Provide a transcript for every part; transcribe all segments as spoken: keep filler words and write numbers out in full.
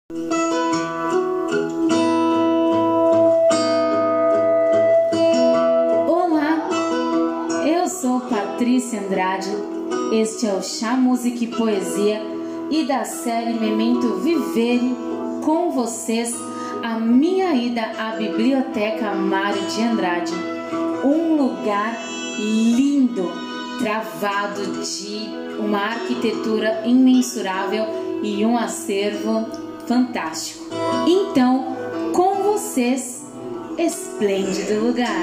Olá, eu sou Patrícia Andrade, este é o Chá Música e Poesia e da série Memento Vivere, com vocês a minha ida à Biblioteca Mário de Andrade, um lugar lindo, travado de uma arquitetura imensurável e um acervo fantástico. Então, com vocês, esplêndido lugar.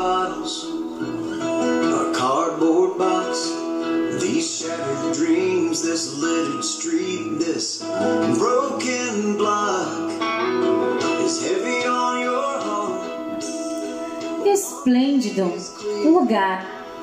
These shattered dreams, this littered street, this broken block is heavy on your heart. Esplêndido lugar.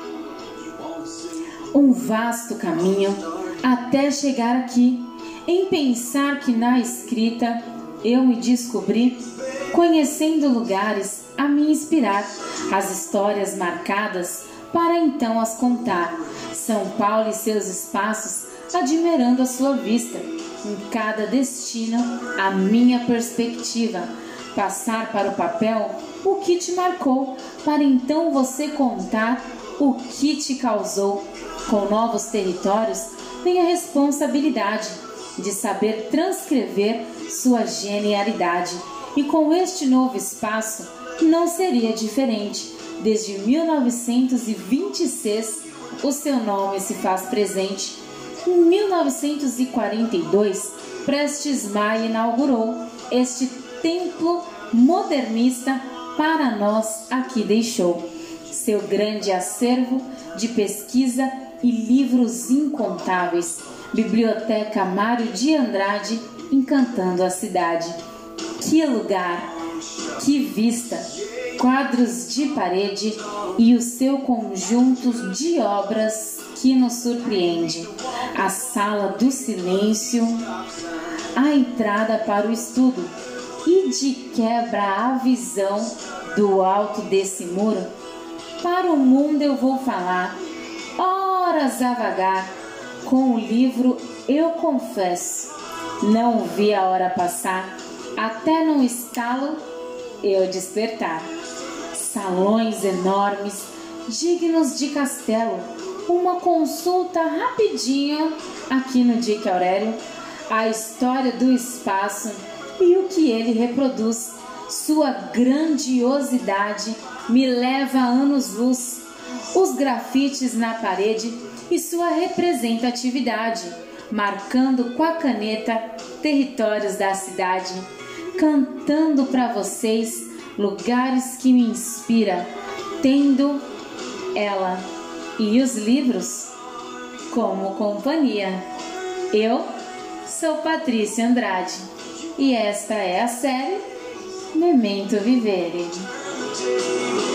Um vasto caminho até chegar aqui, em pensar que na escrita eu me descobri, conhecendo lugares a me inspirar, as histórias marcadas para então as contar. São Paulo e seus espaços, admirando a sua vista. Em cada destino, a minha perspectiva. Passar para o papel o que te marcou, para então você contar o que te causou. Com novos territórios, vem a responsabilidade de saber transcrever sua genialidade. E com este novo espaço, não seria diferente. Desde mil novecentos e vinte e seis, o seu nome se faz presente. Em mil novecentos e quarenta e dois, Prestes Maia inaugurou este templo modernista para nós aqui deixou. Seu grande acervo de pesquisa e livros incontáveis. Biblioteca Mário de Andrade, encantando a cidade. Que lugar, que vista! Quadros de parede e o seu conjunto de obras que nos surpreende. A sala do silêncio, a entrada para o estudo e de quebra a visão do alto desse muro. Para o mundo eu vou falar, horas a vagar, com o livro eu confesso. Não vi a hora passar, até num estalo eu despertar. Salões enormes, dignos de castelo, uma consulta rapidinha aqui no Dique Aurélio, a história do espaço e o que ele reproduz. Sua grandiosidade me leva a anos-luz, os grafites na parede e sua representatividade, marcando com a caneta territórios da cidade, cantando para vocês lugares que me inspiram, tendo ela e os livros como companhia. Eu sou Patrícia Andrade e esta é a série Memento Vivere.